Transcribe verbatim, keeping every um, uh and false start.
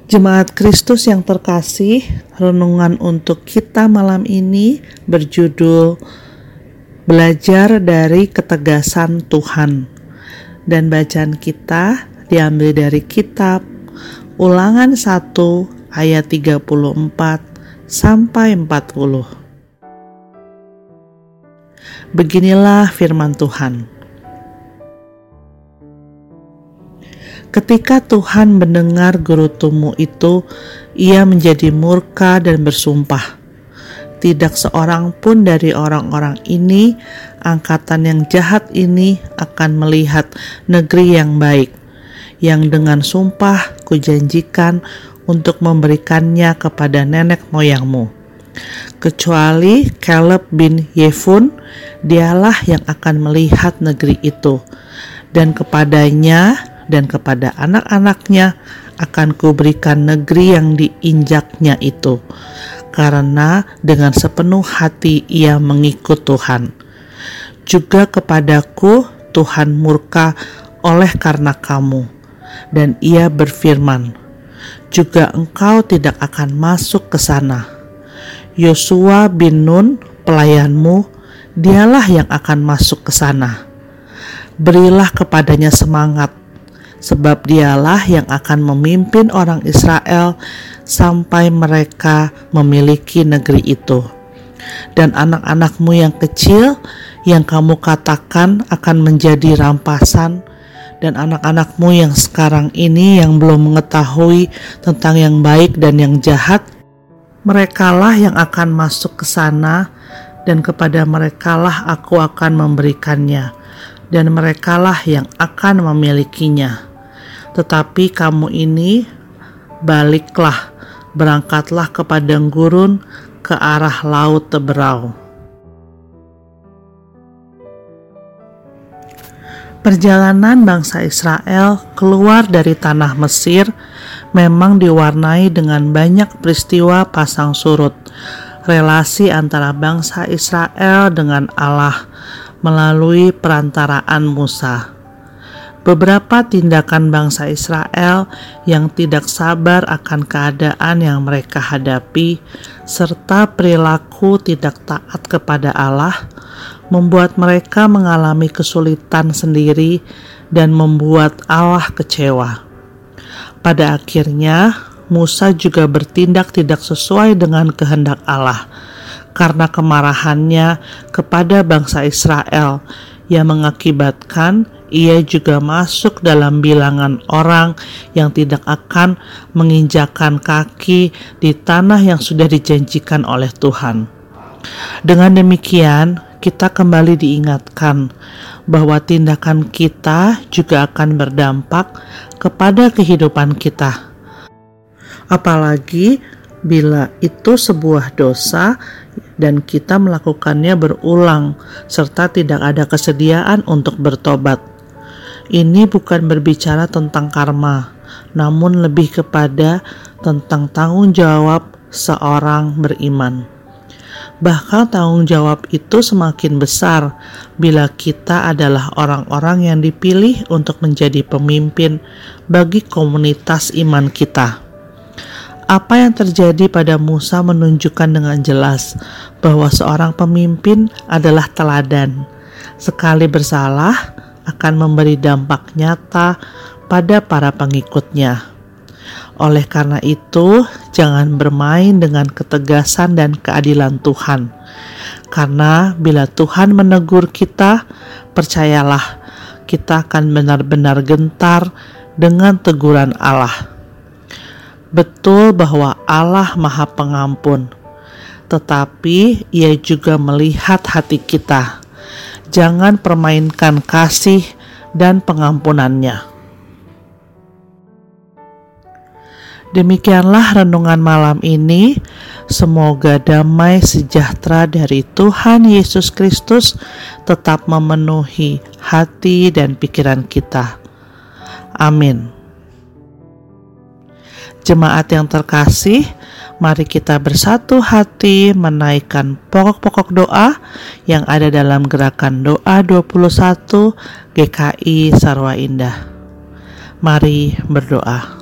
Jemaat Kristus yang terkasih, renungan untuk kita malam ini berjudul Belajar dari Ketegasan Tuhan. Dan bacaan kita diambil dari kitab Ulangan satu ayat tiga puluh empat sampai empat puluh. Beginilah firman Tuhan. Ketika Tuhan mendengar gerutumu itu, ia menjadi murka dan bersumpah, tidak seorang pun dari orang-orang ini, angkatan yang jahat ini, akan melihat negeri yang baik, yang dengan sumpah kujanjikan untuk memberikannya kepada nenek moyangmu. Kecuali Caleb bin Yefun, dialah yang akan melihat negeri itu, dan kepadanya dan kepada anak-anaknya akan kuberikan negeri yang diinjaknya itu, karena dengan sepenuh hati ia mengikut Tuhan. Juga kepadaku Tuhan murka oleh karena kamu, dan ia berfirman, juga engkau tidak akan masuk ke sana. Yosua bin Nun, pelayanmu, dialah yang akan masuk ke sana. Berilah kepadanya semangat, sebab dialah yang akan memimpin orang Israel sampai mereka memiliki negeri itu. Dan anak-anakmu yang kecil yang kamu katakan akan menjadi rampasan, dan anak-anakmu yang sekarang ini yang belum mengetahui tentang yang baik dan yang jahat, merekalah yang akan masuk ke sana, dan kepada merekalah aku akan memberikannya, dan merekalah yang akan memilikinya. Tetapi kamu ini, baliklah, berangkatlah ke padang gurun, ke arah laut Teberau. Perjalanan bangsa Israel keluar dari tanah Mesir memang diwarnai dengan banyak peristiwa pasang surut, relasi antara bangsa Israel dengan Allah melalui perantaraan Musa. Beberapa tindakan bangsa Israel yang tidak sabar akan keadaan yang mereka hadapi, serta perilaku tidak taat kepada Allah, membuat mereka mengalami kesulitan sendiri dan membuat Allah kecewa. Pada akhirnya, Musa juga bertindak tidak sesuai dengan kehendak Allah, karena kemarahannya kepada bangsa Israel yang mengakibatkan ia juga masuk dalam bilangan orang yang tidak akan menginjakkan kaki di tanah yang sudah dijanjikan oleh Tuhan. Dengan demikian, kita kembali diingatkan bahwa tindakan kita juga akan berdampak kepada kehidupan kita. Apalagi bila itu sebuah dosa dan kita melakukannya berulang, serta tidak ada kesediaan untuk bertobat. Ini bukan berbicara tentang karma, namun lebih kepada tentang tanggung jawab seorang beriman. Bahkan tanggung jawab itu semakin besar bila kita adalah orang-orang yang dipilih untuk menjadi pemimpin bagi komunitas iman kita. Apa yang terjadi pada Musa menunjukkan dengan jelas bahwa seorang pemimpin adalah teladan. Sekali bersalah, akan memberi dampak nyata pada para pengikutnya. Oleh karena itu, jangan bermain dengan ketegasan dan keadilan Tuhan. Karena bila Tuhan menegur kita, percayalah, kita akan benar-benar gentar dengan teguran Allah. Betul bahwa Allah Maha Pengampun, tetapi Ia juga melihat hati kita. Jangan permainkan kasih dan pengampunannya. Demikianlah renungan malam ini. Semoga damai sejahtera dari Tuhan Yesus Kristus tetap memenuhi hati dan pikiran kita. Amin. Jemaat yang terkasih, mari kita bersatu hati menaikkan pokok-pokok doa yang ada dalam gerakan doa dua puluh satu G K I Sarwa Indah. Mari berdoa.